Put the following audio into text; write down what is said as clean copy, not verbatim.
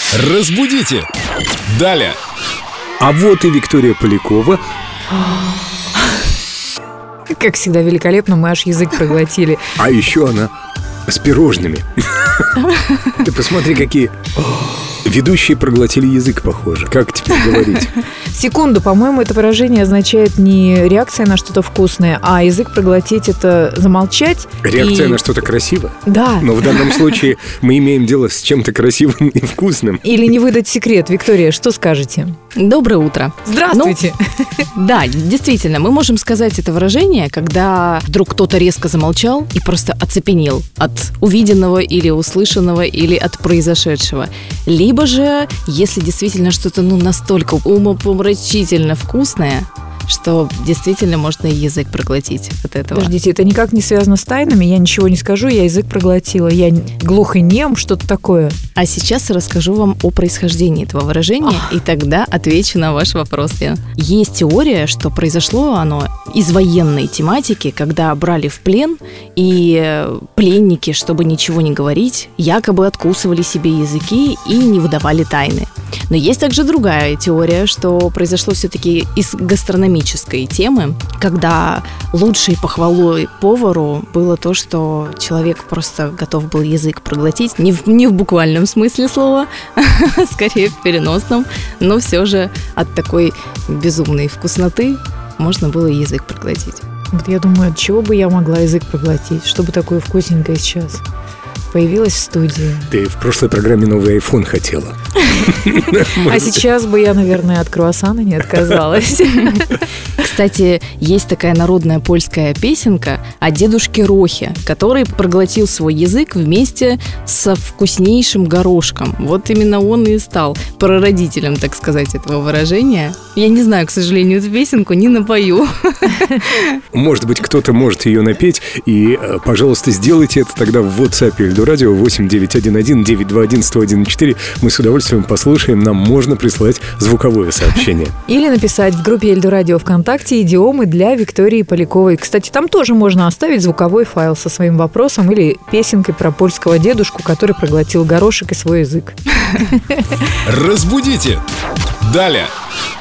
Разбудите! Далее! А вот и Виктория Полякова. Как всегда великолепно, мы аж язык проглотили. А еще она с пирожными. Ты посмотри, какие ведущие проглотили язык, похоже. Как теперь говорить? Секунду, по-моему, это выражение означает не реакция на что-то вкусное, а язык проглотить — это замолчать. Реакция на что-то красивое? Да. Но в данном случае мы имеем дело с чем-то красивым и вкусным. Или не выдать секрет. Виктория, что скажете? Доброе утро. Здравствуйте. Да, действительно, мы можем сказать это выражение, когда вдруг кто-то резко замолчал и просто оцепенел от увиденного или услышанного, или от произошедшего. Либо же, если действительно что-то настолько умопомрачительно вкусное, что действительно можно и язык проглотить от этого. Подождите, это никак не связано с тайнами? Я ничего не скажу, я язык проглотила. Я глух и нем, что-то такое. А сейчас расскажу вам о происхождении этого выражения, и тогда отвечу на ваш вопрос. Есть теория, что произошло оно из военной тематики, когда брали в плен, и пленники, чтобы ничего не говорить, якобы откусывали себе языки и не выдавали тайны. Но есть также другая теория, что произошло все-таки из гастрономической темы, когда лучшей похвалой повару было то, что человек просто готов был язык проглотить, не в буквальном смысле слова, скорее в переносном, но все же от такой безумной вкусноты можно было язык проглотить. Вот я думаю, от чего бы я могла язык проглотить, чтобы такое вкусненькое сейчас появилась в студии. Ты в прошлой программе новый iPhone хотела. А сейчас бы я, наверное, от круассана не отказалась. Кстати, есть такая народная польская песенка о дедушке Рохе, который проглотил свой язык вместе со вкуснейшим горошком. Вот именно он и стал прародителем, так сказать, этого выражения. Я не знаю, к сожалению, эту песенку не напою. Может быть, кто-то может ее напеть. И, пожалуйста, сделайте это тогда в WhatsApp Эльдорадио 8-911-921-1014. Мы с удовольствием послушаем. Нам можно прислать звуковое сообщение. Или написать в группе Эльдорадио ВКонтакте идиомы для Виктории Поляковой. Кстати, там тоже можно оставить звуковой файл со своим вопросом или песенкой про польского дедушку, который проглотил горошек и свой язык. Разбудите! Далее!